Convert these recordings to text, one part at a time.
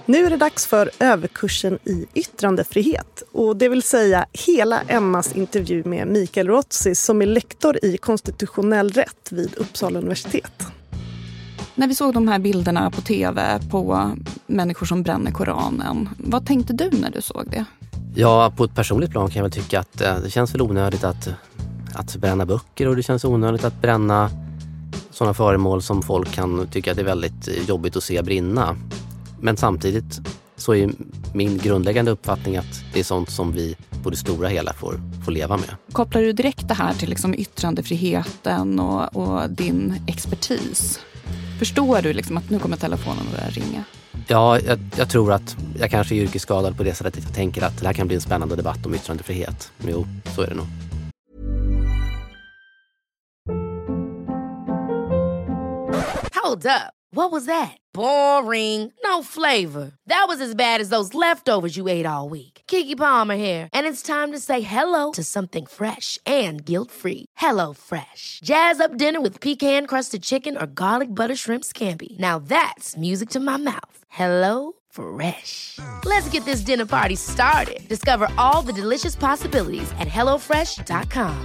Nu är det dags för överkursen i yttrandefrihet. Och det vill säga hela Emmas intervju med Mikael Rotsis som är lektor i konstitutionell rätt vid Uppsala universitet. När vi såg de här bilderna på tv på människor som bränner Koranen, vad tänkte du när du såg det? Ja, på ett personligt plan kan jag väl tycka att det känns väl onödigt att bränna böcker, och det känns onödigt att bränna sådana föremål som folk kan tycka att det är väldigt jobbigt att se brinna. Men samtidigt så är min grundläggande uppfattning att det är sånt som vi på det stora hela får leva med. Kopplar du direkt det här till liksom yttrandefriheten och din expertis? Förstår du liksom att nu kommer telefonen att börja ringa? Ja, jag tror att jag kanske är yrkesskadad på det sättet att jag tänker att det här kan bli en spännande debatt om yttrandefrihet. Jo, så är det nog. Hold up. What was that? Boring. No flavor. That was as bad as those leftovers you ate all week. Keke Palmer here, and it's time to say hello to something fresh and guilt-free. Hello Fresh. Jazz up dinner with pecan-crusted chicken or garlic butter shrimp scampi. Now that's music to my mouth. Hello Fresh. Let's get this dinner party started. Discover all the delicious possibilities at hellofresh.com.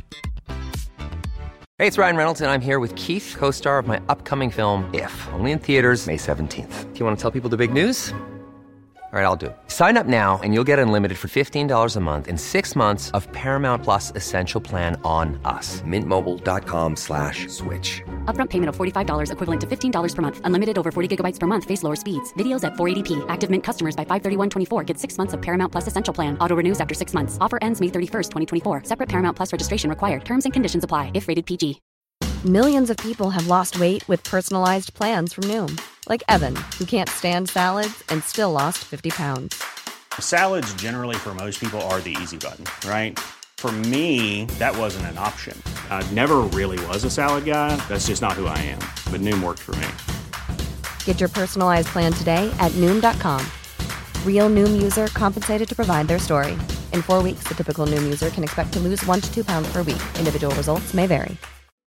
Hey, it's Ryan Reynolds, and I'm here with Keith, co-star of my upcoming film, If, only in theaters May 17th. Do you want to tell people the big news? All right, I'll do it. Sign up now and you'll get unlimited for $15 a month and 6 months of Paramount Plus Essential Plan on us. MintMobile.com/switch. Upfront payment of $45 equivalent to $15 per month. Unlimited over 40 gigabytes per month. Face lower speeds. Videos at 480p. Active Mint customers by 531.24 get 6 months of Paramount Plus Essential Plan. Auto renews after 6 months. Offer ends May 31st, 2024. Separate Paramount Plus registration required. Terms and conditions apply if rated PG. Millions of people have lost weight with personalized plans from Noom. Like Evan, who can't stand salads and still lost 50 pounds. Salads generally for most people are the easy button, right? For me, that wasn't an option. I never really was a salad guy. That's just not who I am. But Noom worked for me. Get your personalized plan today at Noom.com. Real Noom user compensated to provide their story. In 4 weeks, the typical Noom user can expect to lose 1 to 2 pounds per week. Individual results may vary.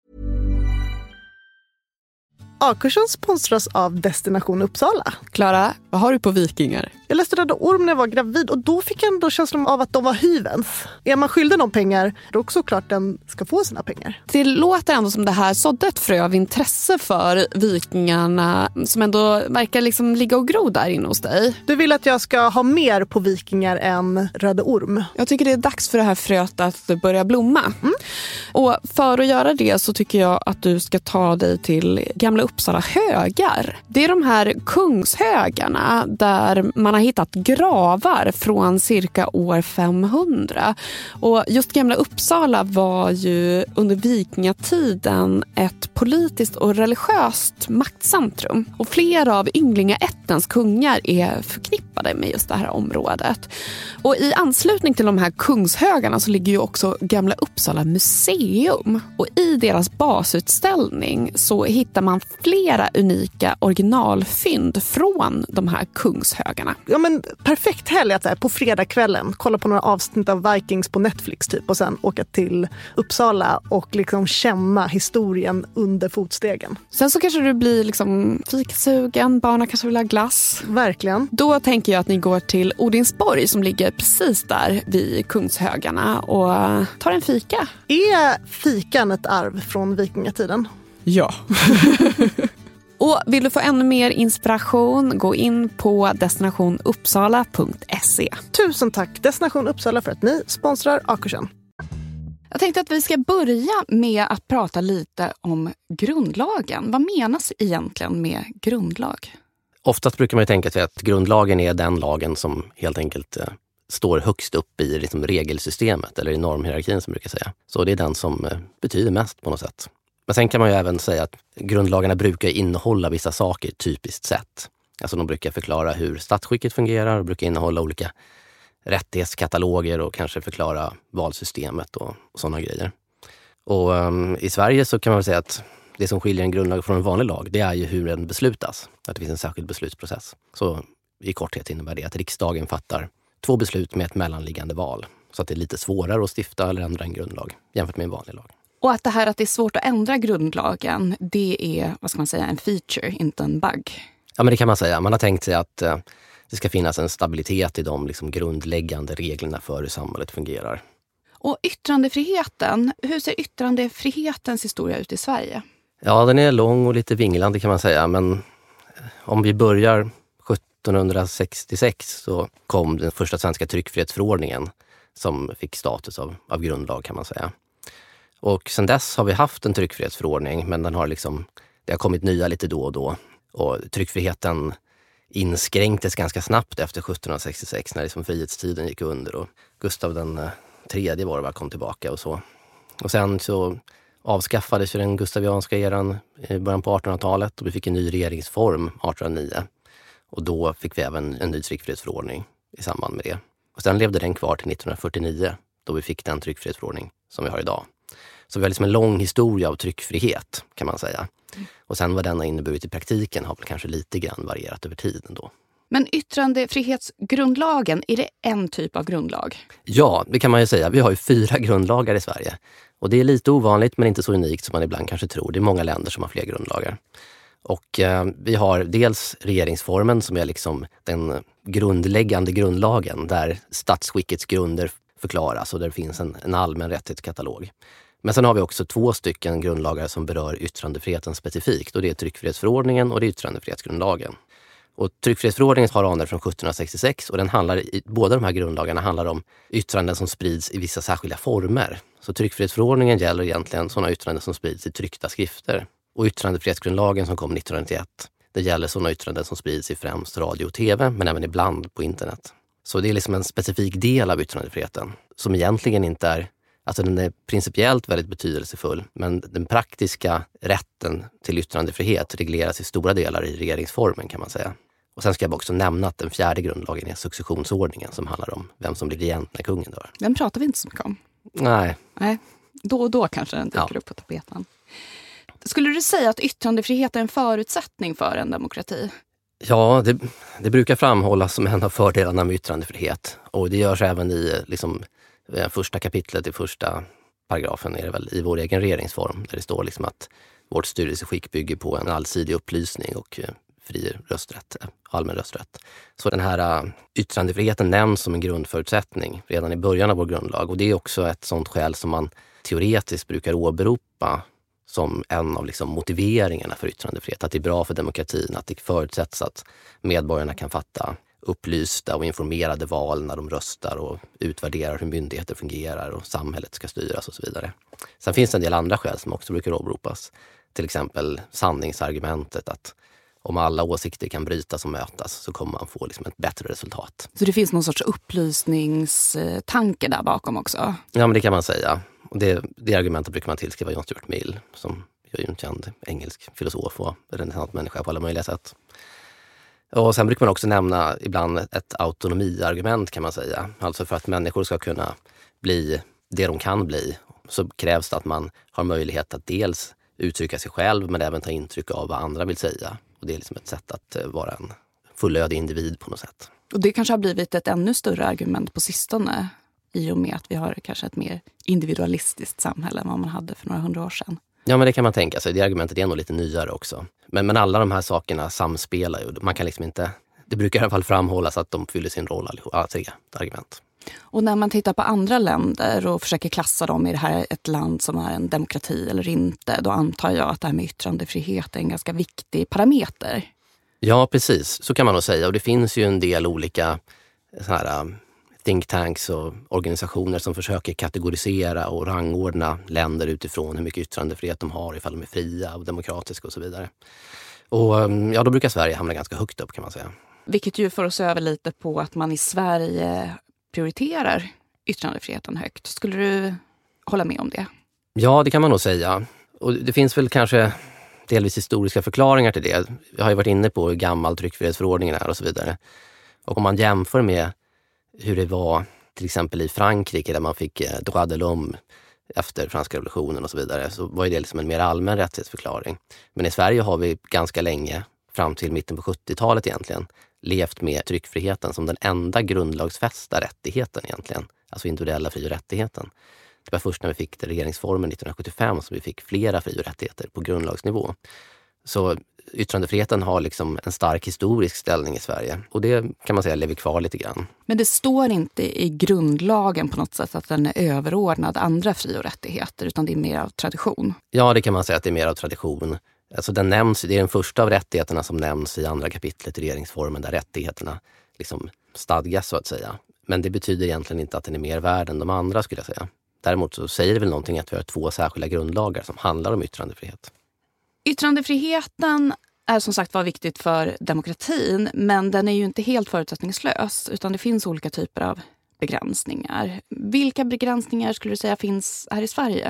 A-kursen sponsras av Destination Uppsala. Klara, vad har du på vikingar? Jag läste Röda Orm när jag var gravid och då fick jag ändå känslan av att de var hyvens. Är man skyldig någon pengar, då är också klart den ska få sina pengar. Det låter ändå som det här sådde ett frö av intresse för vikingarna som ändå verkar liksom ligga och gro där inne hos dig. Du vill att jag ska ha mer på vikingar än Röda Orm? Jag tycker det är dags för det här fröet att börja blomma. Och för att göra det så tycker jag att du ska ta dig till Gamla Uppsala högar. Det är de här kungshögarna där man har hittat gravar från cirka år 500. Och just Gamla Uppsala var ju under vikingatiden ett politiskt och religiöst maktcentrum. Och flera av ynglingaättens kungar är förknippade med just det här området. Och i anslutning till de här kungshögarna så ligger ju också Gamla Uppsala museum. Och i deras basutställning så hittar man flera unika originalfynd från de här kungshögarna. Ja men perfekt helg att på fredagskvällen kolla på några avsnitt av Vikings på Netflix typ och sen åka till Uppsala och liksom känna historien under fotstegen. Sen så kanske du blir liksom fikasugen, barnen kanske vill ha glass. Verkligen. Då tänker jag att ni går till Odinsborg som ligger precis där vid kungshögarna och tar en fika. Är fikan ett arv från vikingatiden? Ja. Och vill du få ännu mer inspiration, gå in på destinationuppsala.se. Tusen tack Destination Uppsala för att ni sponsrar A-kursen. Jag tänkte att vi ska börja med att prata lite om grundlagen. Vad menas egentligen med grundlag? Oftast brukar man ju tänka sig att grundlagen är den lagen som helt enkelt står högst upp i liksom regelsystemet eller i normhierarkin som brukar säga. Så det är den som betyder mest på något sätt. Men sen kan man ju även säga att grundlagarna brukar innehålla vissa saker typiskt sett. Alltså de brukar förklara hur statsskicket fungerar och brukar innehålla olika rättighetskataloger och kanske förklara valsystemet och sådana grejer. Och i Sverige så kan man väl säga att det som skiljer en grundlag från en vanlig lag, det är ju hur den beslutas. Att det finns en särskild beslutsprocess. Så i korthet innebär det att riksdagen fattar 2 beslut med ett mellanliggande val. Så att det är lite svårare att stifta eller ändra en grundlag jämfört med en vanlig lag. Och att det här att det är svårt att ändra grundlagen, det är, vad ska man säga, en feature, inte en bug. Ja, men det kan man säga. Man har tänkt sig att det ska finnas en stabilitet i de liksom grundläggande reglerna för hur samhället fungerar. Och yttrandefriheten, hur ser yttrandefrihetens historia ut i Sverige? Ja, den är lång och lite vinglande kan man säga, men om vi börjar 1766 så kom den första svenska tryckfrihetsförordningen som fick status av grundlag kan man säga. Och sedan dess har vi haft en tryckfrihetsförordning, men det har kommit nya lite då och då. Och tryckfriheten inskränktes ganska snabbt efter 1766 när frihetstiden gick under och Gustav den tredje kom tillbaka och så. Och sen så avskaffades ju den gustavianska eran i början på 1800-talet och vi fick en ny regeringsform 1809. Och då fick vi även en ny tryckfrihetsförordning i samband med det. Och sen levde den kvar till 1949 då vi fick den tryckfrihetsförordning som vi har idag. Så vi har en lång historia av tryckfrihet kan man säga. Och sen vad den har inneburit i praktiken har väl kanske lite grann varierat över tiden då. Men yttrandefrihetsgrundlagen, är det en typ av grundlag? Ja, det kan man ju säga. Vi har ju 4 grundlagar i Sverige. Och det är lite ovanligt men inte så unikt som man ibland kanske tror. Det är många länder som har fler grundlagar. Och vi har dels regeringsformen som är den grundläggande grundlagen där statsskickets grunder förklaras och där det finns en allmän rättighetskatalog. Men sen har vi också 2 stycken grundlagar som berör yttrandefriheten specifikt och det är tryckfrihetsförordningen och det är yttrandefrihetsgrundlagen. Och tryckfrihetsförordningen har anor från 1766 och båda de här grundlagarna handlar om yttranden som sprids i vissa särskilda former. Så tryckfrihetsförordningen gäller egentligen sådana yttranden som sprids i tryckta skrifter. Och yttrandefrihetsgrundlagen som kom 1991, det gäller sådana yttranden som sprids i främst radio och tv men även ibland på internet. Så det är en specifik del av yttrandefriheten som egentligen inte är, den är principiellt väldigt betydelsefull men den praktiska rätten till yttrandefrihet regleras i stora delar i regeringsformen kan man säga. Och sen ska jag också nämna att den 4:e grundlagen är successionsordningen som handlar om vem som blir regent när kungen dör. Den pratar vi inte så mycket om. Nej. Då och då kanske den dyker upp på tapeten. Skulle du säga att yttrandefrihet är en förutsättning för en demokrati? Ja, det brukar framhållas som en av fördelarna med yttrandefrihet. Och det görs även i första kapitlet i första paragrafen är det väl i vår egen regeringsform. Där det står att vårt styrelseskick bygger på en allsidig upplysning och fri rösträtt, allmän rösträtt. Så den här yttrandefriheten nämns som en grundförutsättning redan i början av vår grundlag. Och det är också ett sånt skäl som man teoretiskt brukar åberopa som en av motiveringarna för yttrandefrihet. Att det är bra för demokratin, att det förutsätts att medborgarna kan fatta upplysta och informerade val när de röstar och utvärderar hur myndigheter fungerar och samhället ska styras och så vidare. Sen finns det en del andra skäl som också brukar åberopas. Till exempel sanningsargumentet att om alla åsikter kan brytas och mötas så kommer man få ett bättre resultat. Så det finns någon sorts upplysningstanke där bakom också? Ja, men det kan man säga. Och det argumentet brukar man tillskriva John Stuart Mill som är ju en känd engelsk filosof och renässansmänniska på alla möjliga sätt. Och sen brukar man också nämna ibland ett autonomiargument kan man säga. Alltså för att människor ska kunna bli det de kan bli så krävs det att man har möjlighet att dels uttrycka sig själv men även ta intryck av vad andra vill säga. Och det är ett sätt att vara en fullödig individ på något sätt. Och det kanske har blivit ett ännu större argument på sistone i och med att vi har kanske ett mer individualistiskt samhälle än vad man hade för några 100 år sedan. Ja, men det kan man tänka sig. Det argumentet är nog lite nyare också. Men alla de här sakerna samspelar ju. Man kan inte... Det brukar i alla fall framhållas att de fyller sin roll alla 3 argument. Och när man tittar på andra länder och försöker klassa dem i det här ett land som är en demokrati eller inte, då antar jag att det här med yttrandefrihet är en ganska viktig parameter. Ja, precis. Så kan man nog säga. Och det finns ju en del olika think tanks och organisationer som försöker kategorisera och rangordna länder utifrån hur mycket yttrandefrihet de har, ifall de är fria och demokratiska och så vidare. Och då brukar Sverige hamna ganska högt upp kan man säga. Vilket ju får oss över lite på att man i Sverige prioriterar yttrandefriheten högt. Skulle du hålla med om det? Ja, det kan man nog säga. Och det finns väl kanske delvis historiska förklaringar till det. Jag har ju varit inne på hur gammal tryckfrihetsförordningen är och så vidare. Och om man jämför med hur det var till exempel i Frankrike där man fick droit de l'homme efter franska revolutionen och så vidare, så var det en mer allmän rättighetsförklaring. Men i Sverige har vi ganska länge, fram till mitten på 70-talet egentligen, levt med tryckfriheten som den enda grundlagsfästa rättigheten egentligen. Alltså individuella fri- och rättigheten. Det var först när vi fick regeringsformen 1975 som vi fick flera fri- och rättigheter på grundlagsnivå. Så yttrandefriheten har liksom en stark historisk ställning i Sverige. Och det kan man säga lever kvar lite grann. Men det står inte i grundlagen på något sätt att den är överordnad andra fri- och rättigheter, utan det är mer av tradition. Ja, det kan man säga att det är mer av tradition. Alltså det är den första av rättigheterna som nämns i andra kapitlet i regeringsformen, där rättigheterna liksom stadgas så att säga. Men det betyder egentligen inte att den är mer värd än de andra, skulle jag säga. Däremot så säger det väl någonting att vi har 2 särskilda grundlagar som handlar om yttrandefrihet. Yttrandefriheten är som sagt var viktigt för demokratin, men den är ju inte helt förutsättningslös, utan det finns olika typer av begränsningar. Vilka begränsningar skulle du säga finns här i Sverige?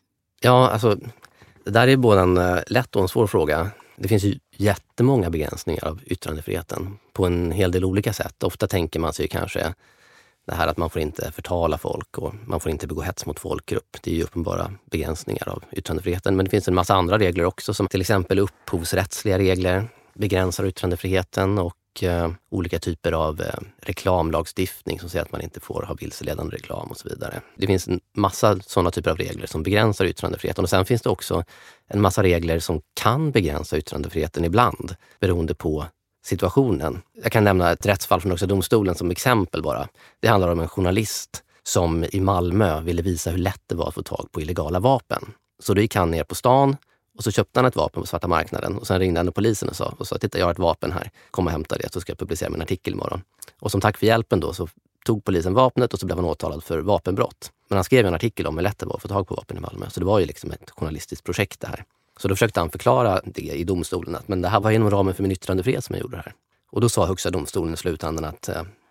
Ja, alltså det där är både en lätt och en svår fråga. Det finns ju jättemånga begränsningar av yttrandefriheten på en hel del olika sätt. Ofta tänker man sig kanske det här att man får inte förtala folk och man får inte begå hets mot folkgrupp. Det är ju uppenbara begränsningar av yttrandefriheten. Men det finns en massa andra regler också, som till exempel upphovsrättsliga regler begränsar yttrandefriheten och olika typer av reklamlagstiftning som säger att man inte får ha vilseledande reklam och så vidare. Det finns en massa sådana typer av regler som begränsar yttrandefriheten, och sen finns det också en massa regler som kan begränsa yttrandefriheten ibland beroende på situationen. Jag kan nämna ett rättsfall från Högsta domstolen som exempel bara. Det handlar om en journalist som i Malmö ville visa hur lätt det var att få tag på illegala vapen. Så då gick han ner på stan och så köpte han ett vapen på svarta marknaden och sen ringde han till polisen och sa titta, jag har ett vapen här, kom och hämta det så ska jag publicera min artikel imorgon. Och som tack för hjälpen då så tog polisen vapnet och så blev han åtalad för vapenbrott. Men han skrev en artikel om hur lätt det var att få tag på vapen i Malmö, så det var ju liksom ett journalistiskt projekt det här. Så då försökte han förklara det i domstolen att men det här var inom ramen för min yttrandefrihet som jag gjorde det här. Och då sa Högsta domstolen i slutändan att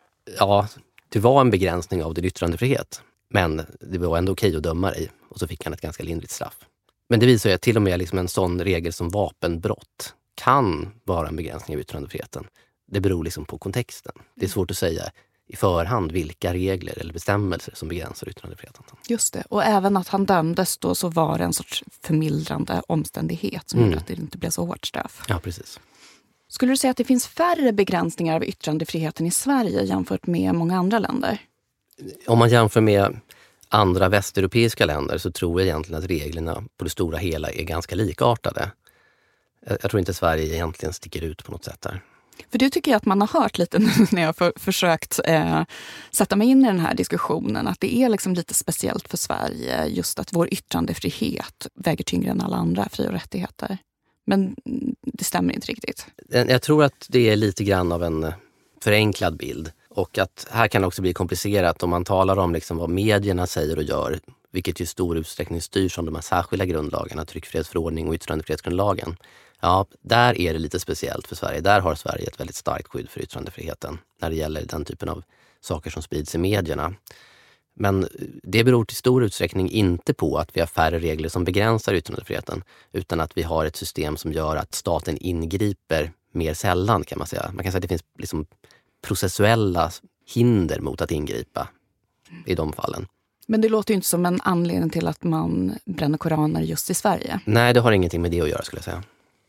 ja, det var en begränsning av din yttrandefrihet, men det var ändå okej att döma dig, och så fick han ett ganska lindrigt straff. Men det visar ju att till och med liksom en sån regel som vapenbrott kan vara en begränsning av yttrandefriheten. Det beror liksom på kontexten. Det är svårt att säga i förhand vilka regler eller bestämmelser som begränsar yttrandefriheten. Just det, och även att han dömdes då så var det en sorts förmildrande omständighet som gjorde att det inte blev så hårt straff. Ja, precis. Skulle du säga att det finns färre begränsningar av yttrandefriheten i Sverige jämfört med många andra länder? Om man jämför med andra västeuropeiska länder så tror jag egentligen att reglerna på det stora hela är ganska likartade. Jag tror inte Sverige egentligen sticker ut på något sätt där. För det tycker jag att man har hört lite nu när jag har försökt sätta mig in i den här diskussionen. Att det är liksom lite speciellt för Sverige just att vår yttrandefrihet väger tyngre än alla andra fri- och rättigheter. Men det stämmer inte riktigt. Jag tror att det är lite grann av en förenklad bild. Och att här kan det också bli komplicerat om man talar om liksom vad medierna säger och gör. Vilket i stor utsträckning styrs av de här särskilda grundlagarna, tryckfrihetsförordning och yttrandefrihetsgrundlagen. Ja, där är det lite speciellt för Sverige. Där har Sverige ett väldigt starkt skydd för yttrandefriheten när det gäller den typen av saker som sprids i medierna. Men det beror till stor utsträckning inte på att vi har färre regler som begränsar yttrandefriheten, utan att vi har ett system som gör att staten ingriper mer sällan, kan man säga. Man kan säga att det finns liksom processuella hinder mot att ingripa i de fallen. Men det låter ju inte som en anledning till att man bränner koraner just i Sverige. Nej, det har ingenting med det att göra, skulle jag säga.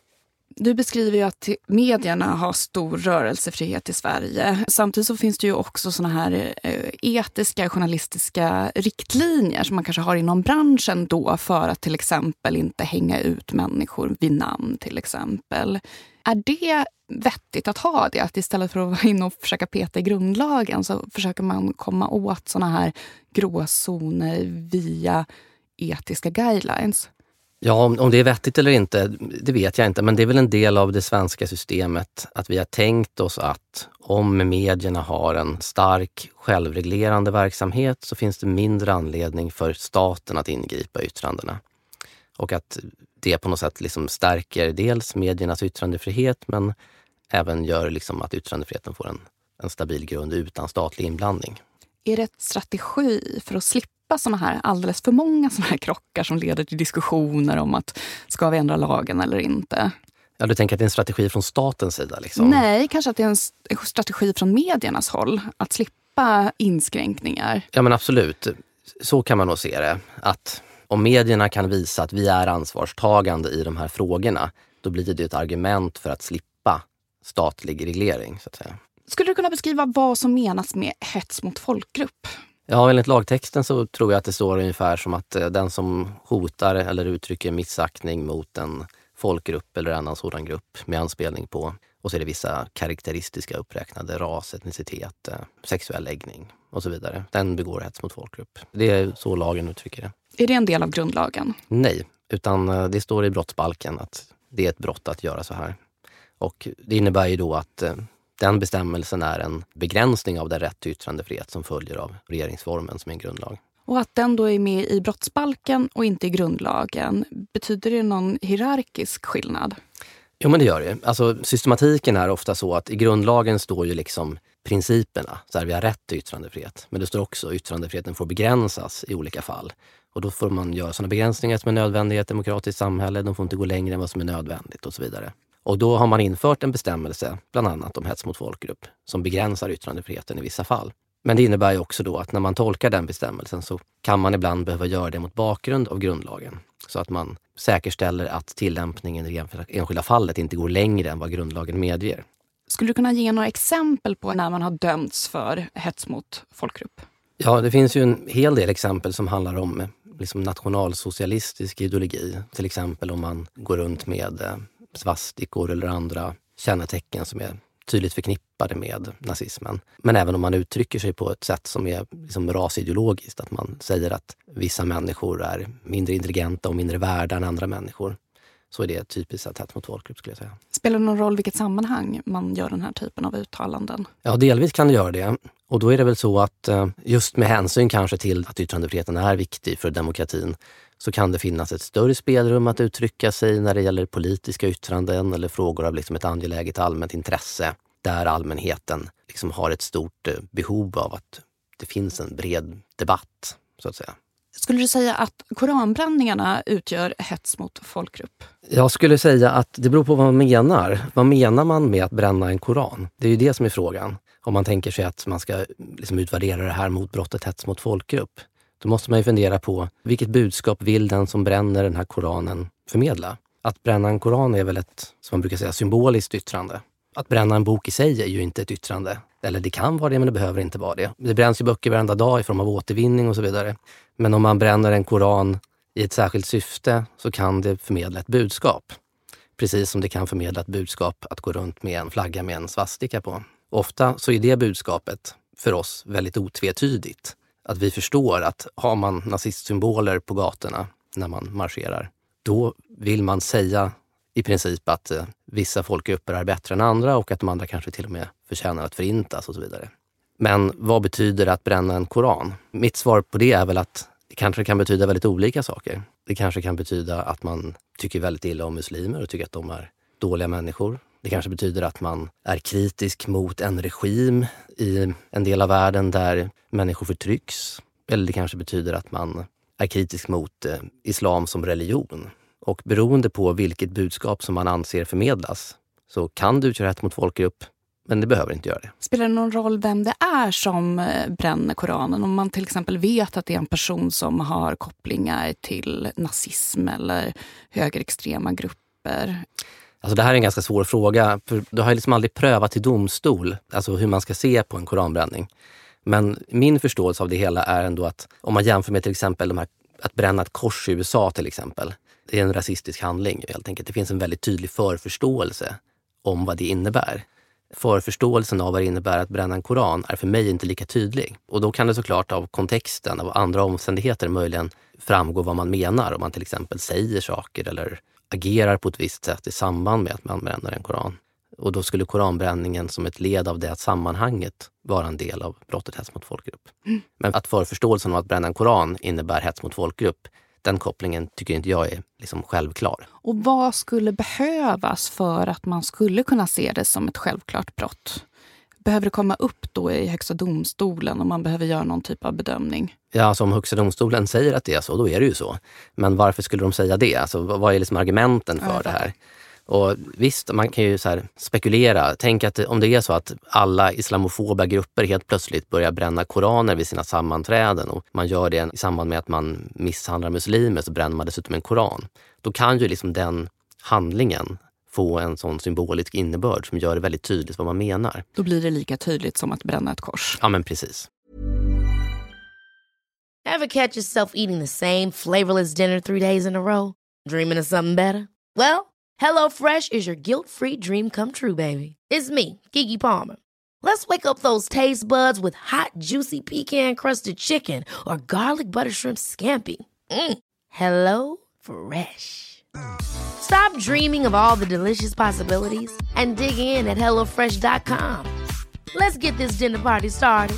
Du beskriver ju att medierna har stor rörelsefrihet i Sverige. Samtidigt så finns det ju också såna här etiska, journalistiska riktlinjer som man kanske har inom branschen då för att till exempel inte hänga ut människor vid namn till exempel. Är det vettigt att ha det? Att istället för att vara inne och försöka peta i grundlagen så försöker man komma åt såna här gråzoner via etiska guidelines? Ja, om det är vettigt eller inte, det vet jag inte. Men det är väl en del av det svenska systemet att vi har tänkt oss att om medierna har en stark självreglerande verksamhet så finns det mindre anledning för staten att ingripa i yttrandena. Och att det på något sätt liksom stärker dels mediernas yttrandefrihet men även gör liksom att yttrandefriheten får en stabil grund utan statlig inblandning. Är det ett strategi för att slippa såna här alldeles för många såna här krockar som leder till diskussioner om att ska vi ändra lagen eller inte? Ja, du tänker att det är en strategi från statens sida? Liksom. Nej, kanske att det är en strategi från mediernas håll att slippa inskränkningar. Ja, men absolut. Så kan man nog se det. Att om medierna kan visa att vi är ansvarstagande i de här frågorna, då blir det ett argument för att slippa statlig reglering, så att säga. Skulle du kunna beskriva vad som menas med hets mot folkgrupp? Ja, enligt lagtexten så tror jag att det står ungefär som att den som hotar eller uttrycker missaktning mot en folkgrupp eller annan sådan grupp med anspelning på. Och så är det vissa karaktäristiska uppräknade, ras, etnicitet, sexuell läggning och så vidare. Den begår hets mot folkgrupp. Det är så lagen uttrycker det. Är det en del av grundlagen? Nej, utan det står i brottsbalken att det är ett brott att göra så här. Och det innebär ju då att den bestämmelsen är en begränsning av den rätt till yttrandefrihet som följer av regeringsformen som är en grundlag. Och att den då är med i brottsbalken och inte i grundlagen, betyder det någon hierarkisk skillnad? Jo, men det gör det. Alltså, systematiken är ofta så att i grundlagen står ju liksom principerna. Så här, vi har rätt till yttrandefrihet. Men det står också att yttrandefriheten får begränsas i olika fall. Och då får man göra sådana begränsningar som är nödvändiga i ett demokratiskt samhälle. De får inte gå längre än vad som är nödvändigt och så vidare. Och då har man infört en bestämmelse, bland annat om hets mot folkgrupp, som begränsar yttrandefriheten i vissa fall. Men det innebär ju också då att när man tolkar den bestämmelsen så kan man ibland behöva göra det mot bakgrund av grundlagen. Så att man säkerställer att tillämpningen i det enskilda fallet inte går längre än vad grundlagen medger. Skulle du kunna ge några exempel på när man har dömts för hets mot folkgrupp? Ja, det finns ju en hel del exempel som handlar om liksom nationalsocialistisk ideologi. Till exempel om man går runt med svastikor eller andra kännetecken som är tydligt förknippade med nazismen. Men även om man uttrycker sig på ett sätt som är liksom rasideologiskt, att man säger att vissa människor är mindre intelligenta och mindre värda än andra människor, så är det typiskt att hets mot folkgrupp, skulle jag säga. Spelar det någon roll vilket sammanhang man gör den här typen av uttalanden? Ja, delvis kan det göra det. Och då är det väl så att just med hänsyn kanske till att yttrandefriheten är viktig för demokratin, så kan det finnas ett större spelrum att uttrycka sig när det gäller politiska yttranden eller frågor av liksom ett angeläget allmänt intresse, där allmänheten liksom har ett stort behov av att det finns en bred debatt, så att säga. Skulle du säga att koranbränningarna utgör hets mot folkgrupp? Jag skulle säga att det beror på vad man menar. Vad menar man med att bränna en koran? Det är ju det som är frågan. Om man tänker sig att man ska liksom utvärdera det här mot brottet hets mot folkgrupp, då måste man ju fundera på vilket budskap vill den som bränner den här koranen förmedla. Att bränna en koran är väl ett, som man brukar säga, symboliskt yttrande. Att bränna en bok i sig är ju inte ett yttrande. Eller det kan vara det, men det behöver inte vara det. Det bränns ju böcker varenda dag i form av återvinning och så vidare. Men om man bränner en koran i ett särskilt syfte så kan det förmedla ett budskap. Precis som det kan förmedla ett budskap att gå runt med en flagga med en svastika på. Ofta så är det budskapet för oss väldigt otvetydigt. Att vi förstår att har man nazistsymboler på gatorna när man marscherar, då vill man säga i princip att vissa folkgrupper är bättre än andra och att de andra kanske till och med förtjänar att förintas och så vidare. Men vad betyder att bränna en koran? Mitt svar på det är väl att det kanske kan betyda väldigt olika saker. Det kanske kan betyda att man tycker väldigt illa om muslimer och tycker att de är dåliga människor. Det kanske betyder att man är kritisk mot en regim i en del av världen där människor förtrycks. Eller det kanske betyder att man är kritisk mot islam som religion. Och beroende på vilket budskap som man anser förmedlas så kan det utgöra hets mot folkgrupp, men det behöver inte göra det. Spelar det någon roll vem det är som bränner koranen? Om man till exempel vet att det är en person som har kopplingar till nazism eller högerextrema grupper? Alltså det här är en ganska svår fråga, för du har liksom aldrig prövat till domstol, alltså hur man ska se på en koranbränning. Men min förståelse av det hela är ändå att om man jämför med till exempel de här, att bränna ett kors i USA till exempel, det är en rasistisk handling helt enkelt. Det finns en väldigt tydlig förförståelse om vad det innebär. Förförståelsen av vad det innebär att bränna en koran är för mig inte lika tydlig. Och då kan det såklart av kontexten, av andra omständigheter möjligen framgå vad man menar. Om man till exempel säger saker eller agerar på ett visst sätt i samband med att man bränner en koran. Och då skulle koranbränningen som ett led av det sammanhanget vara en del av brottet hets mot folkgrupp. Men att förförståelsen av att bränna en koran innebär hets mot folkgrupp, den kopplingen tycker inte jag är liksom självklar. Och vad skulle behövas för att man skulle kunna se det som ett självklart brott? Behöver det komma upp då i Högsta domstolen om man behöver göra någon typ av bedömning? Ja, som Högsta domstolen säger att det är så, då är det ju så. Men varför skulle de säga det? Alltså, vad är liksom argumenten för det här? Och visst, man kan ju så här spekulera. Tänk att om det är så att alla islamofoba grupper helt plötsligt börjar bränna koraner vid sina sammanträden och man gör det i samband med att man misshandlar muslimer, så bränner man dessutom en koran. Då kan ju liksom den handlingen få en sån symbolisk innebörd som gör det väldigt tydligt vad man menar. Då blir det lika tydligt som att bränna ett kors. Ja, men precis. Ever catch yourself eating the same flavorless dinner 3 days in a row? Dreaming of something better? Well, HelloFresh is your guilt-free dream come true, baby. It's me, Keke Palmer. Let's wake up those taste buds with hot, juicy pecan-crusted chicken or garlic butter shrimp scampi. Hello Fresh. Stop dreaming of all the delicious possibilities and dig in at HelloFresh.com. Let's get this dinner party started.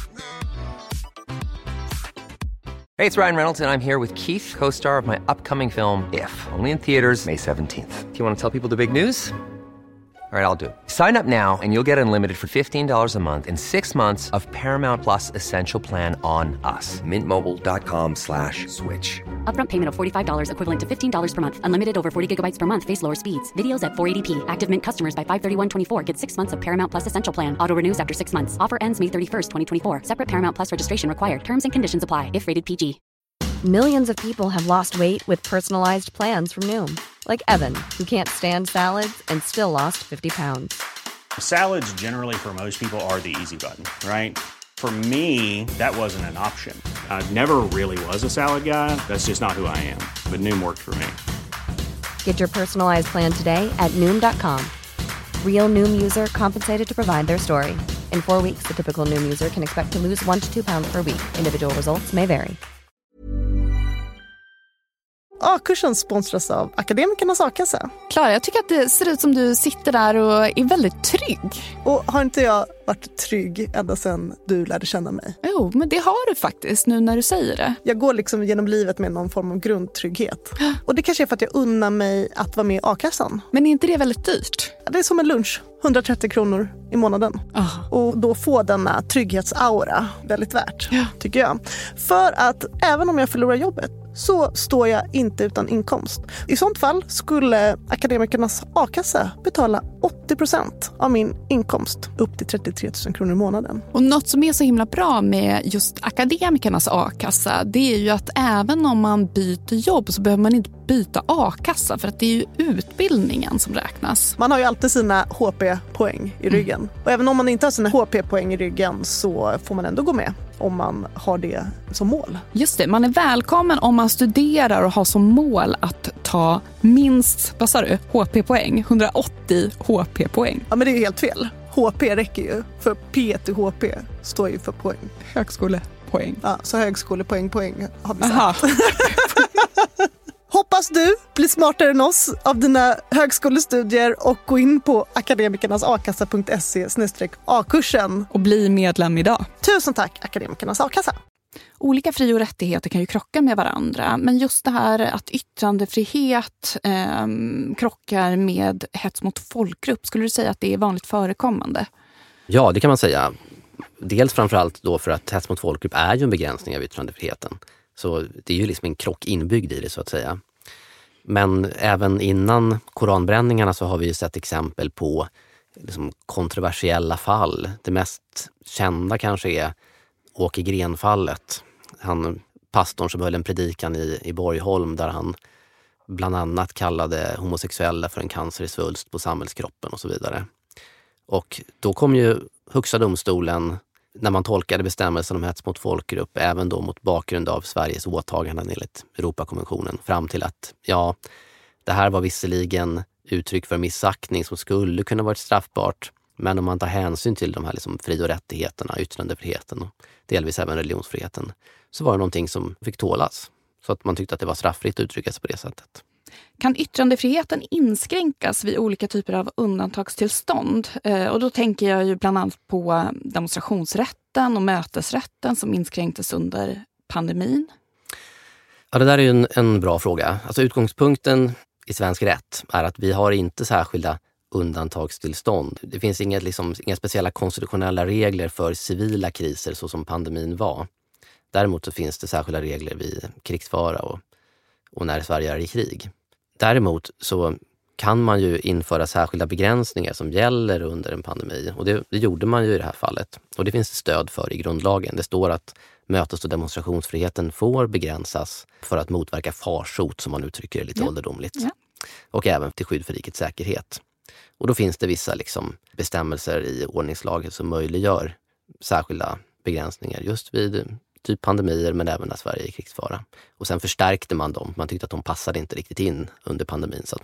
Hey, it's Ryan Reynolds, and I'm here with Keith, co-star of my upcoming film, If, only in theaters May 17th. Do you want to tell people the big news? All right, I'll do it. Sign up now and you'll get unlimited for $15 a month and 6 months of Paramount Plus Essential Plan on us. MintMobile.com/switch. Upfront payment of $45 equivalent to $15 per month. Unlimited over 40 gigabytes per month. Face lower speeds. Videos at 480p. Active Mint customers by 531.24 get 6 months of Paramount Plus Essential Plan. Auto renews after 6 months. Offer ends May 31st, 2024. Separate Paramount Plus registration required. Terms and conditions apply if rated PG. Millions of people have lost weight with personalized plans from Noom. Like Evan, who can't stand salads and still lost 50 pounds. Salads generally for most people are the easy button, right? For me, that wasn't an option. I never really was a salad guy. That's just not who I am. But Noom worked for me. Get your personalized plan today at Noom.com. Real Noom user compensated to provide their story. In 4 weeks, the typical Noom user can expect to lose 1 to 2 pounds per week. Individual results may vary. A-kursen sponsras av Akademikernas A-kassa. Klara, jag tycker att det ser ut som du sitter där och är väldigt trygg. Och har inte jag varit trygg ända sedan du lärde känna mig? Jo, men det har du faktiskt nu när du säger det. Jag går liksom genom livet med någon form av grundtrygghet. Och det kanske är för att jag unnar mig att vara med i A-kassan. Men är inte det väldigt dyrt? Det är som en lunch. 130 kronor i månaden. Och då få denna trygghetsaura väldigt värt, tycker jag. För att även om jag förlorar jobbet så står jag inte utan inkomst. I sånt fall skulle Akademikernas A-kassa betala 80% av min inkomst upp till 33 000 kronor i månaden. Och något som är så himla bra med just Akademikernas A-kassa, det är ju att även om man byter jobb så behöver man inte byta A-kassa, för att det är ju utbildningen som räknas. Man har ju alltid sina HP-poäng i ryggen. Och även om man inte har sina HP-poäng i ryggen så får man ändå gå med om man har det som mål. Just det, man är välkommen om man studerar och har som mål att ta minst, vad sa du, HP-poäng, 180 HP-poäng. Ja, men det är ju helt fel. HP räcker ju, för P till HP står ju för poäng. Högskolepoäng. Ja, så högskolepoäng har vi sagt. Hoppas du blir smartare än oss av dina högskolestudier och gå in på akademikernasakassa.se/A-kursen. Och bli medlem idag. Tusen tack, Akademikernas A-kassa. Olika fri- och rättigheter kan ju krocka med varandra. Men just det här att yttrandefrihet krockar med hets mot folkgrupp, skulle du säga att det är vanligt förekommande? Ja, det kan man säga. Dels framförallt då för att hets mot folkgrupp är ju en begränsning av yttrandefriheten. Så det är ju liksom en krock inbyggd i det, så att säga. Men även innan koranbränningarna så har vi ju sett exempel på liksom kontroversiella fall. Det mest kända kanske är Åke Gren-fallet. Han, pastorn som höll en predikan i Borgholm där han bland annat kallade homosexuella för en cancer i svulst på samhällskroppen och så vidare. Och då kom ju Högsta domstolen, när man tolkade bestämmelsen om hets mot folkgrupp, även då mot bakgrund av Sveriges åtaganden enligt Europakonventionen, fram till att ja, det här var visserligen uttryck för missaktning som skulle kunna varit straffbart, men om man tar hänsyn till de här liksom fri- och rättigheterna, yttrandefriheten och delvis även religionsfriheten, så var det någonting som fick tålas. Så att man tyckte att det var straffritt att uttrycka sig på det sättet. Kan yttrandefriheten inskränkas vid olika typer av undantagstillstånd? Och då tänker jag ju bland annat på demonstrationsrätten och mötesrätten som inskränktes under pandemin. Ja, det där är ju en bra fråga. Alltså utgångspunkten i svensk rätt är att vi har inte särskilda undantagstillstånd. Det finns inga speciella konstitutionella regler för civila kriser så som pandemin var. Däremot så finns det särskilda regler vid krigsfara och när Sverige är i krig. Däremot så kan man ju införa särskilda begränsningar som gäller under en pandemi. Och det gjorde man ju i det här fallet. Och det finns det stöd för i grundlagen. Det står att mötes- och demonstrationsfriheten får begränsas för att motverka farsot, som man uttrycker det lite ålderdomligt. Ja. Och även till skydd för rikets säkerhet. Och då finns det vissa bestämmelser i ordningslagen som möjliggör särskilda begränsningar just vid typ pandemier, men även när Sverige är i krigsfara. Och sen förstärkte man dem. Man tyckte att de passade inte riktigt in under pandemin, så att man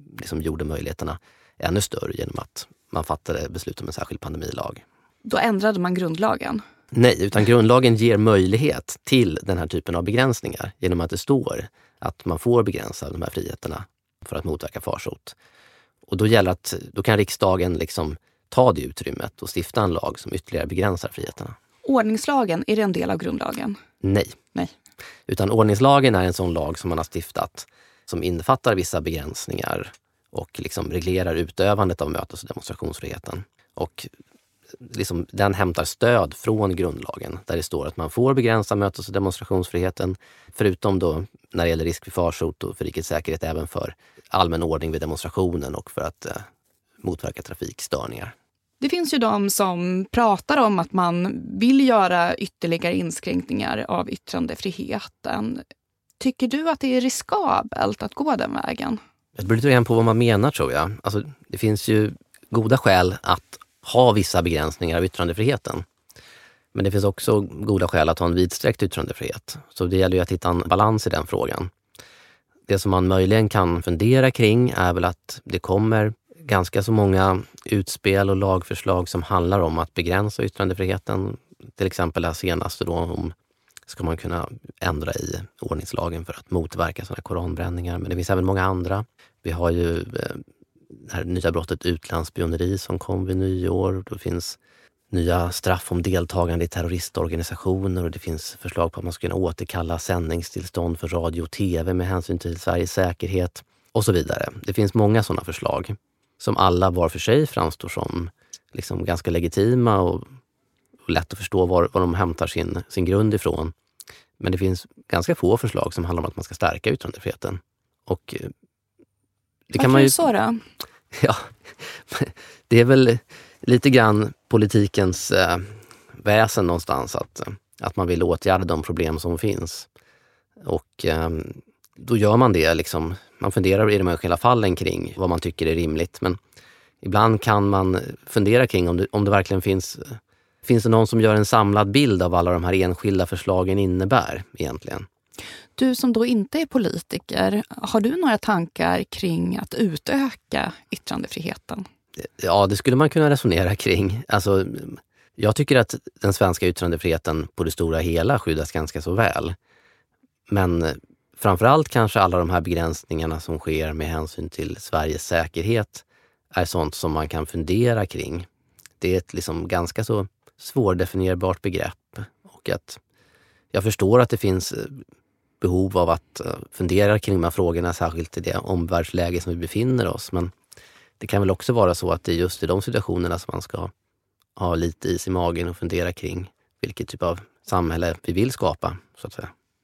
liksom gjorde möjligheterna ännu större genom att man fattade beslut om en särskild pandemilag. Då ändrade man grundlagen? Nej, utan grundlagen ger möjlighet till den här typen av begränsningar genom att det står att man får begränsa de här friheterna för att motverka farsot. Och då gäller att då kan riksdagen liksom ta det utrymmet och stifta en lag som ytterligare begränsar friheterna. Ordningslagen, är det en del av grundlagen? Nej. Utan ordningslagen är en sån lag som man har stiftat som innefattar vissa begränsningar och liksom reglerar utövandet av mötes- och demonstrationsfriheten. Och liksom, den hämtar stöd från grundlagen där det står att man får begränsa mötes- och demonstrationsfriheten förutom då när det gäller risk för farsot och för rikets säkerhet även för allmän ordning vid demonstrationen och för att motverka trafikstörningar. Det finns ju de som pratar om att man vill göra ytterligare inskränkningar av yttrandefriheten. Tycker du att det är riskabelt att gå den vägen? Det beror lite på vad man menar, tror jag. Alltså, det finns ju goda skäl att ha vissa begränsningar av yttrandefriheten. Men det finns också goda skäl att ha en vidsträckt yttrandefrihet. Så det gäller ju att hitta en balans i den frågan. Det som man möjligen kan fundera kring är väl att det kommer ganska så många utspel och lagförslag som handlar om att begränsa yttrandefriheten. Till exempel det senaste då om ska man kunna ändra i ordningslagen för att motverka sådana koranbränningar. Men det finns även många andra. Vi har ju det här nya brottet utlandsspioneri som kom vid nyår. Det finns nya straff om deltagande i terroristorganisationer och det finns förslag på att man ska kunna återkalla sändningstillstånd för radio och tv med hänsyn till Sveriges säkerhet och så vidare. Det finns många sådana förslag som alla var för sig framstår som liksom ganska legitima och lätt att förstå var de hämtar sin grund ifrån. Men det finns ganska få förslag som handlar om att man ska stärka yttrandefriheten. Och det kan man ju... så då? Ja, det är väl lite grann politikens väsen någonstans att man vill åtgärda de problem som finns. Och då gör man det liksom. Man funderar i de enskilda fallen kring vad man tycker är rimligt. Men ibland kan man fundera kring om det verkligen finns det någon som gör en samlad bild av alla de här enskilda förslagen innebär egentligen. Du som då inte är politiker, har du några tankar kring att utöka yttrandefriheten? Ja, det skulle man kunna resonera kring. Alltså, jag tycker att den svenska yttrandefriheten på det stora hela skyddas ganska så väl. Men framförallt kanske alla de här begränsningarna som sker med hänsyn till Sveriges säkerhet är sånt som man kan fundera kring. Det är ett liksom ganska så svårdefinierbart begrepp och att jag förstår att det finns behov av att fundera kring de här frågorna, särskilt i det omvärldsläge som vi befinner oss. Men det kan väl också vara så att det är just i de situationerna som man ska ha lite is i magen och fundera kring vilket typ av samhälle vi vill skapa, så att säga.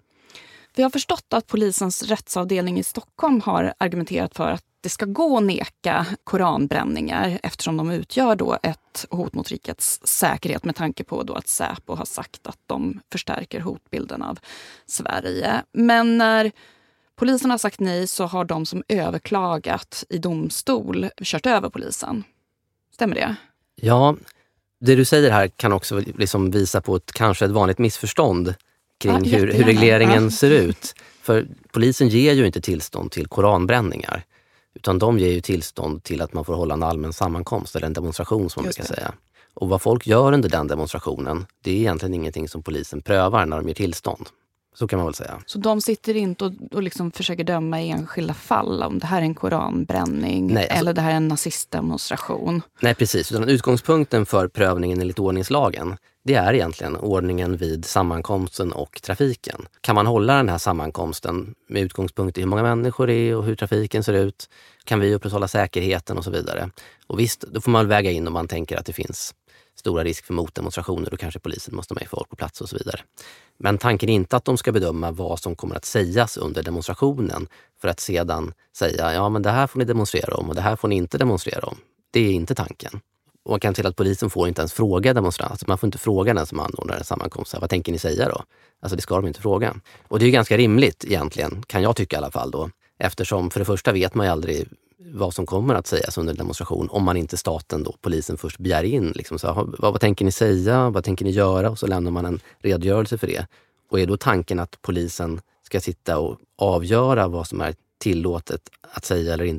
Vi har förstått att polisens rättsavdelning i Stockholm har argumenterat för att det ska gå att neka koranbränningar eftersom de utgör då ett hot mot rikets säkerhet med tanke på då att Säpo har sagt att de förstärker hotbilden av Sverige. Men när polisen har sagt nej så har de som överklagat i domstol kört över polisen. Stämmer det? Ja, det du säger här kan också liksom visa på kanske ett vanligt missförstånd kring hur regleringen ser ut. För polisen ger ju inte tillstånd till koranbränningar. Utan de ger ju tillstånd till att man får hålla en allmän sammankomst eller en demonstration som man brukar säga. Och vad folk gör under den demonstrationen, det är egentligen ingenting som polisen prövar när de ger tillstånd. Så kan man väl säga. Så de sitter inte och liksom försöker döma i enskilda fall om det här är en koranbränning eller det här är en nazistdemonstration? Nej, precis. Utan utgångspunkten för prövningen enligt ordningslagen, det är egentligen ordningen vid sammankomsten och trafiken. Kan man hålla den här sammankomsten med utgångspunkt i hur många människor det är och hur trafiken ser ut? Kan vi upprätthålla säkerheten och så vidare? Och visst, då får man väga in om man tänker att det finns stora risk för motdemonstrationer. Då kanske polisen måste ha med folk på plats och så vidare. Men tanken är inte att de ska bedöma vad som kommer att sägas under demonstrationen för att sedan säga, ja men det här får ni demonstrera om och det här får ni inte demonstrera om. Det är inte tanken. Och man kan till att polisen får inte ens fråga demonstranter. Man får inte fråga den som anordnar en sammankomst. Vad tänker ni säga då? Alltså det ska de inte fråga. Och det är ju ganska rimligt egentligen, kan jag tycka i alla fall då. Eftersom för det första vet man ju aldrig vad som kommer att sägas under en demonstration om man inte staten då, polisen först begär in. Liksom, så, vad tänker ni säga? Vad tänker ni göra? Och så lämnar man en redogörelse för det. Och är då tanken att polisen ska sitta och avgöra vad som är tillåtet att säga eller inte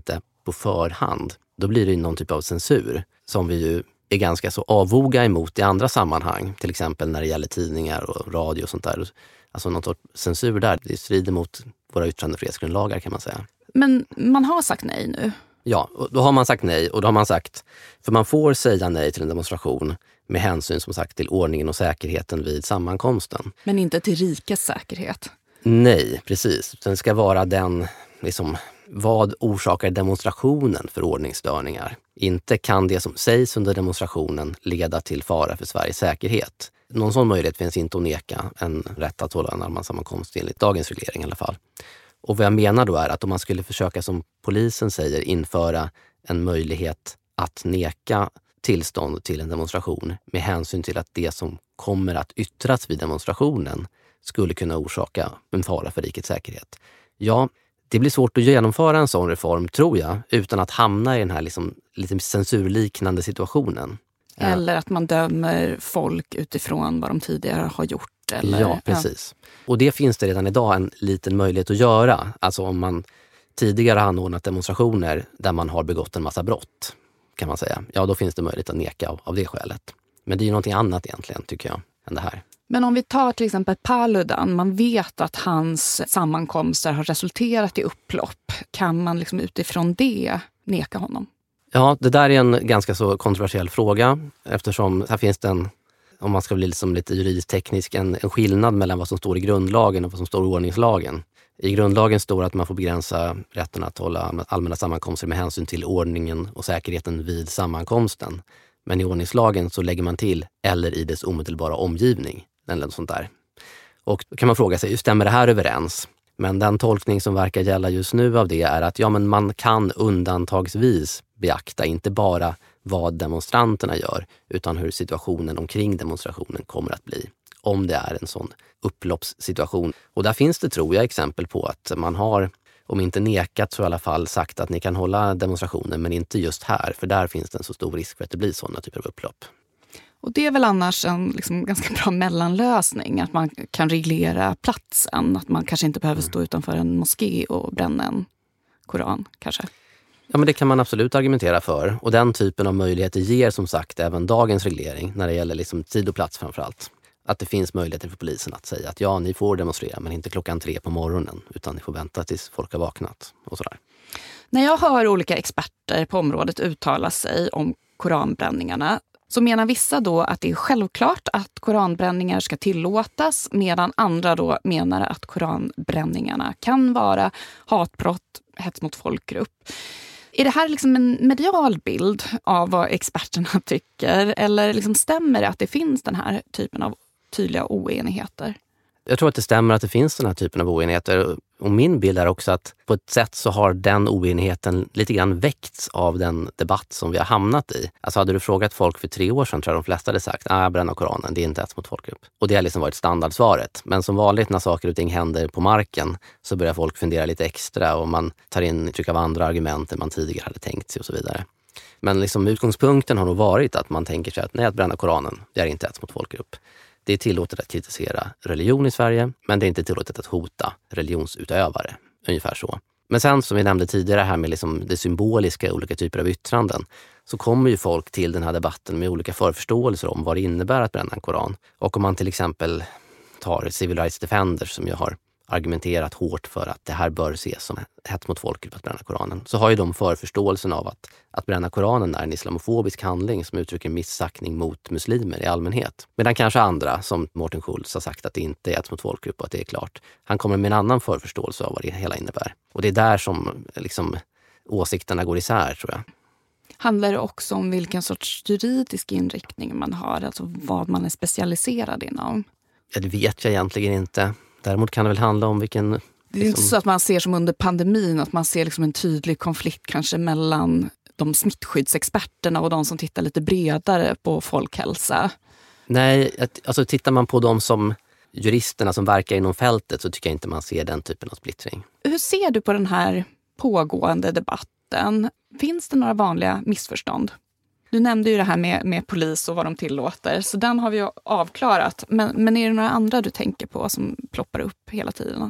på förhand, då blir det ju någon typ av censur som vi ju är ganska så avvoga emot i andra sammanhang. Till exempel när det gäller tidningar och radio och sånt där. Alltså någon sorts censur där, det strider mot våra yttrandefrihetsgrundlagar kan man säga. Men man har sagt nej nu? Ja, och då har man sagt nej och då har man sagt, för man får säga nej till en demonstration med hänsyn som sagt till ordningen och säkerheten vid sammankomsten. Men inte till rikets säkerhet? Nej, precis. Den ska vara den, liksom, vad orsakar demonstrationen för ordningsstörningar? Inte kan det som sägs under demonstrationen leda till fara för Sveriges säkerhet. Någon sån möjlighet finns inte att neka en rätt att hålla en allmän sammankomst enligt dagens reglering i alla fall. Och vad jag menar då är att om man skulle försöka, som polisen säger, införa en möjlighet att neka tillstånd till en demonstration med hänsyn till att det som kommer att yttras vid demonstrationen skulle kunna orsaka en fara för rikets säkerhet. Ja, det blir svårt att genomföra en sån reform, tror jag, utan att hamna i den här liksom, lite censurliknande situationen. Eller att man dömer folk utifrån vad de tidigare har gjort. Eller, ja, precis. Ja. Och det finns det redan idag en liten möjlighet att göra. Alltså om man tidigare har anordnat demonstrationer där man har begått en massa brott, kan man säga. Ja, då finns det möjlighet att neka av det skälet. Men det är ju någonting annat egentligen, tycker jag, än det här. Men om vi tar till exempel Paludan, man vet att hans sammankomster har resulterat i upplopp. Kan man liksom utifrån det neka honom? Ja, det där är en ganska så kontroversiell fråga, eftersom här finns det en, om man ska bli liksom lite juridiskt teknisk, en skillnad mellan vad som står i grundlagen och vad som står i ordningslagen. I grundlagen står att man får begränsa rätten att hålla allmänna sammankomster med hänsyn till ordningen och säkerheten vid sammankomsten. Men i ordningslagen så lägger man till eller i dess omedelbara omgivning, eller sånt där. Och då kan man fråga sig, hur stämmer det här överens? Men den tolkning som verkar gälla just nu av det är att ja, men man kan undantagsvis beakta inte bara vad demonstranterna gör, utan hur situationen omkring demonstrationen kommer att bli. Om det är en sån upploppssituation. Och där finns det, tror jag, exempel på att man har, om inte nekat så i alla fall sagt att ni kan hålla demonstrationen, men inte just här. För där finns det en så stor risk för att det blir sådana typer av upplopp. Och det är väl annars en liksom ganska bra mellanlösning, att man kan reglera platsen. Att man kanske inte behöver stå utanför en moské och bränna en koran, kanske. Ja, men det kan man absolut argumentera för. Och den typen av möjligheter ger som sagt även dagens reglering när det gäller liksom tid och plats framförallt. Att det finns möjligheter för polisen att säga att ja, ni får demonstrera men inte 3:00 på morgonen utan ni får vänta tills folk har vaknat och sådär. När jag hör olika experter på området uttala sig om koranbränningarna så menar vissa då att det är självklart att koranbränningar ska tillåtas, medan andra då menar att koranbränningarna kan vara hatbrott, hets mot folkgrupp. Är det här liksom en medial bild av vad experterna tycker, eller liksom stämmer det att det finns den här typen av tydliga oenigheter? Jag tror att det stämmer att det finns den här typen av oenigheter. Och min bild är också att på ett sätt så har den oenigheten lite grann väckts av den debatt som vi har hamnat i. Alltså hade du frågat folk för 3 år sedan tror jag de flesta hade sagt bränna Koranen, det är inte hets mot folkgrupp. Och det har liksom varit standardsvaret. Men som vanligt när saker och ting händer på marken så börjar folk fundera lite extra och man tar in tryck av andra argument än man tidigare hade tänkt sig och så vidare. Men liksom utgångspunkten har nog varit att man tänker sig att nej, att bränna Koranen, det är inte hets mot folkgrupp. Det är tillåtet att kritisera religion i Sverige, men det är inte tillåtet att hota religionsutövare. Ungefär så. Men sen som vi nämnde tidigare här med liksom det symboliska i olika typer av yttranden så kommer ju folk till den här debatten med olika förförståelser om vad det innebär att bränna en koran. Och om man till exempel tar Civil Rights Defenders som ju har argumenterat hårt för att det här bör ses som hets mot folkgrupp att bränna Koranen, så har ju de förförståelsen av att bränna Koranen är en islamofobisk handling som uttrycker missaktning mot muslimer i allmänhet. Medan kanske andra, som Mårten Schultz, har sagt att det inte är hets mot folkgrupp och att det är klart. Han kommer med en annan förförståelse av vad det hela innebär. Och det är där som liksom åsikterna går isär, tror jag. Handlar det också om vilken sorts juridisk inriktning man har, alltså vad man är specialiserad inom? Ja, det vet jag egentligen inte. Däremot kan det väl handla om vilken... Det är inte så att man ser som under pandemin, att man ser liksom en tydlig konflikt kanske mellan de smittskyddsexperterna och de som tittar lite bredare på folkhälsa. Nej, alltså tittar man på de som juristerna som verkar inom fältet så tycker jag inte man ser den typen av splittring. Hur ser du på den här pågående debatten? Finns det några vanliga missförstånd? Du nämnde ju det här med polis och vad de tillåter, så den har vi ju avklarat. Men är det några andra du tänker på som ploppar upp hela tiden?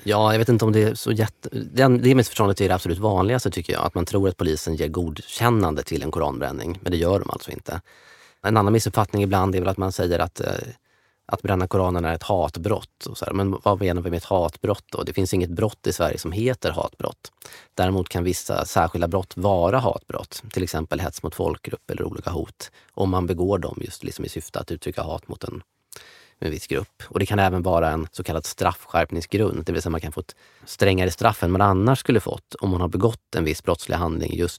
Ja, jag vet inte om det är så det missförståndet är det absolut vanligaste tycker jag. Att man tror att polisen ger godkännande till en koranbränning, men det gör de alltså inte. En annan missuppfattning ibland är väl att man säger att bränna Koranen är ett hatbrott. Och så här. Men vad menar vi med ett hatbrott då? Det finns inget brott i Sverige som heter hatbrott. Däremot kan vissa särskilda brott vara hatbrott. Till exempel hets mot folkgrupp eller olika hot. Om man begår dem just liksom i syfte att uttrycka hat mot en viss grupp. Och det kan även vara en så kallad straffskärpningsgrund. Det vill säga man kan få ett strängare straff än man annars skulle fått om man har begått en viss brottslig handling just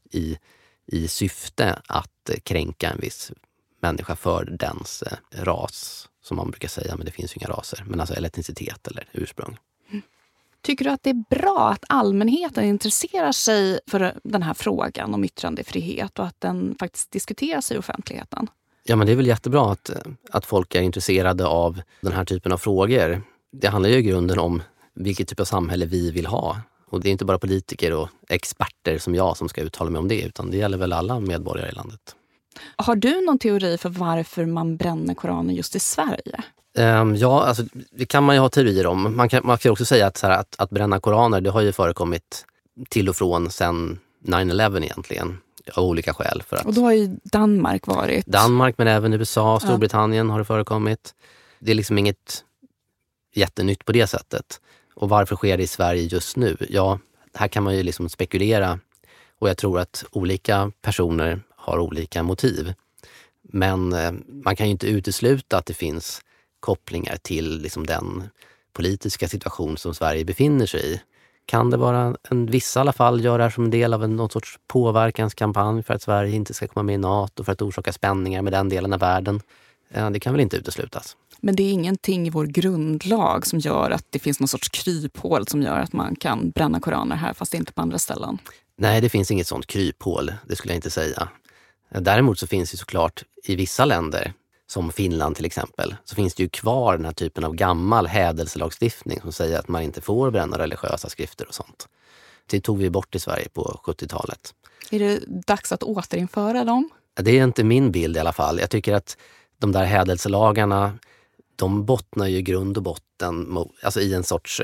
i syfte att kränka en viss människa för dens ras, som man brukar säga, men det finns ju inga raser, men alltså etnicitet eller ursprung. Tycker du att det är bra att allmänheten intresserar sig för den här frågan om yttrandefrihet och att den faktiskt diskuteras i offentligheten? Ja, men det är väl jättebra att folk är intresserade av den här typen av frågor. Det handlar ju i grunden om vilket typ av samhälle vi vill ha. Och det är inte bara politiker och experter som jag som ska uttala mig om det, utan det gäller väl alla medborgare i landet. Har du någon teori för varför man bränner Koranen just i Sverige? Ja, alltså, det kan man ju ha teorier om. Man kan också säga att bränna koraner, det har ju förekommit till och från sedan 9/11 egentligen. Av olika skäl. Och då har ju Danmark varit... Danmark, men även USA, Storbritannien har det förekommit. Det är liksom inget jättenytt på det sättet. Och varför sker det i Sverige just nu? Ja, här kan man ju liksom spekulera. Och jag tror att olika personer har olika motiv. Men man kan ju inte utesluta att det finns kopplingar till liksom den politiska situation som Sverige befinner sig i. Kan det vara vissa i alla fall gör det här som en del av någon sorts påverkanskampanj för att Sverige inte ska komma med i NATO, för att orsaka spänningar med den delen av världen? Det kan väl inte uteslutas. Men det är ingenting i vår grundlag som gör att det finns någon sorts kryphål som gör att man kan bränna koraner här fast inte på andra ställen? Nej, det finns inget sånt kryphål, det skulle jag inte säga. Däremot så finns det såklart i vissa länder, som Finland till exempel, så finns det ju kvar den här typen av gammal hädelselagstiftning som säger att man inte får bränna religiösa skrifter och sånt. Det tog vi bort i Sverige på 70-talet. Är det dags att återinföra dem? Det är inte min bild i alla fall. Jag tycker att de där hädelselagarna, de bottnar ju i grund och botten alltså i en sorts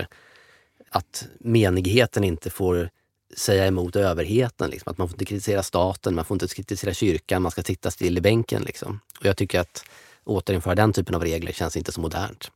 att menigheten inte får säga emot överheten. Liksom. Att man får inte kritisera staten, man får inte kritisera kyrkan, man ska sitta still i bänken. Liksom. Och jag tycker att återinföra den typen av regler känns inte så modernt.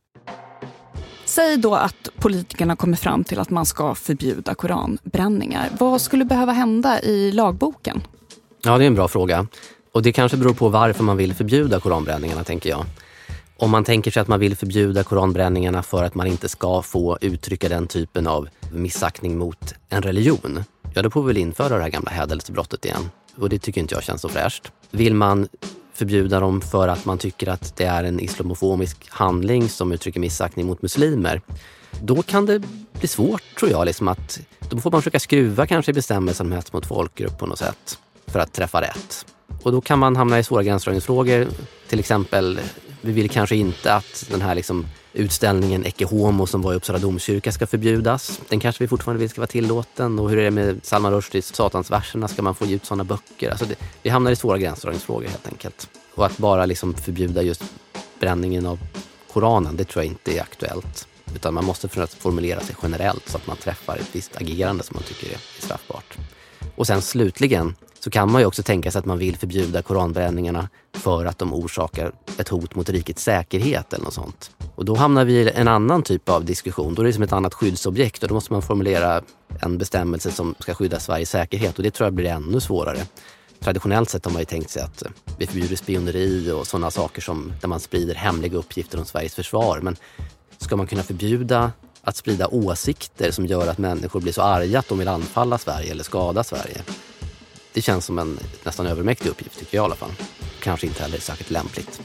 Säg då att politikerna kommer fram till att man ska förbjuda koranbränningar. Vad skulle behöva hända i lagboken? Ja, det är en bra fråga. Och det kanske beror på varför man vill förbjuda koranbränningarna, tänker jag. Om man tänker sig att man vill förbjuda koranbränningarna för att man inte ska få uttrycka den typen av missaktning mot en religion, ja då får vi väl införa det här gamla hädelsebrottet igen. Och det tycker inte jag känns så fräscht. Vill man förbjuda dem för att man tycker att det är en islamofobisk handling som uttrycker missaktning mot muslimer, då kan det bli svårt, tror jag, liksom att då får man försöka skruva kanske i bestämmelsen om hets mot folkgrupp på något sätt för att träffa rätt. Och då kan man hamna i svåra gränsdragningsfrågor. Till exempel, vi vill kanske inte att den här liksom utställningen Ecce Homo som var i Uppsala domkyrka ska förbjudas. Den kanske vi fortfarande vill ska vara tillåten. Och hur är det med Salman Rushdies Satansverserna? Ska man få ge ut sådana böcker? Alltså vi hamnar i svåra gränsdragningsfrågor helt enkelt. Och att bara liksom förbjuda just bränningen av Koranen, det tror jag inte är aktuellt. Utan man måste formulera sig generellt så att man träffar ett visst agerande som man tycker är straffbart. Och sen slutligen så kan man ju också tänka sig att man vill förbjuda koranbränningarna för att de orsakar ett hot mot rikets säkerhet eller något sånt. Och då hamnar vi i en annan typ av diskussion. Då är det som ett annat skyddsobjekt och då måste man formulera en bestämmelse som ska skydda Sveriges säkerhet och det tror jag blir ännu svårare. Traditionellt sett har man ju tänkt sig att vi förbjuder spioneri och sådana saker som där man sprider hemliga uppgifter om Sveriges försvar. Men ska man kunna förbjuda att sprida åsikter som gör att människor blir så arga att de vill anfalla Sverige eller skada Sverige? Det känns som en nästan övermäktig uppgift, tycker jag i alla fall. Kanske inte heller särskilt lämpligt.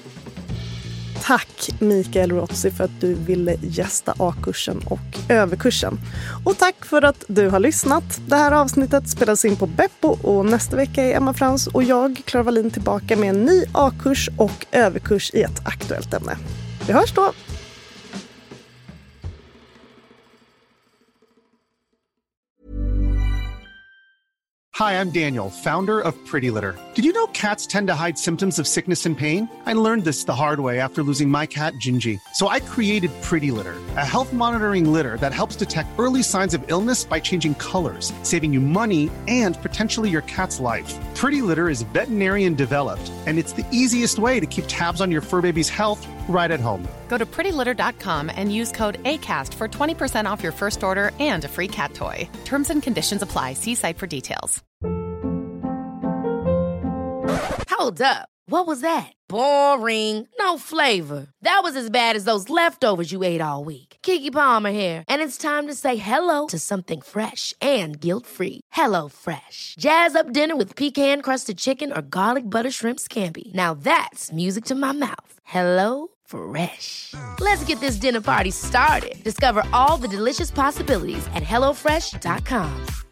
Tack Mikael Rozzi för att du ville gästa A-kursen och överkursen. Och tack för att du har lyssnat. Det här avsnittet spelas in på Beppo och nästa vecka är Emma Frans och jag, Clara Wallin, tillbaka med en ny A-kurs och överkurs i ett aktuellt ämne. Vi hörs då! Hi, I'm Daniel, founder of Pretty Litter. Did you know cats tend to hide symptoms of sickness and pain? I learned this the hard way after losing my cat, Gingy. So I created Pretty Litter, a health monitoring litter that helps detect early signs of illness by changing colors, saving you money and potentially your cat's life. Pretty Litter is veterinarian developed, and it's the easiest way to keep tabs on your fur baby's health right at home. Go to prettylitter.com and use code ACAST for 20% off your first order and a free cat toy. Terms and conditions apply. See site for details. Hold up. What was that? Boring. No flavor. That was as bad as those leftovers you ate all week. Keke Palmer here, and it's time to say hello to something fresh and guilt-free. Hello Fresh. Jazz up dinner with pecan-crusted chicken or garlic butter shrimp scampi. Now that's music to my mouth. Hello Fresh. Let's get this dinner party started. Discover all the delicious possibilities at HelloFresh.com.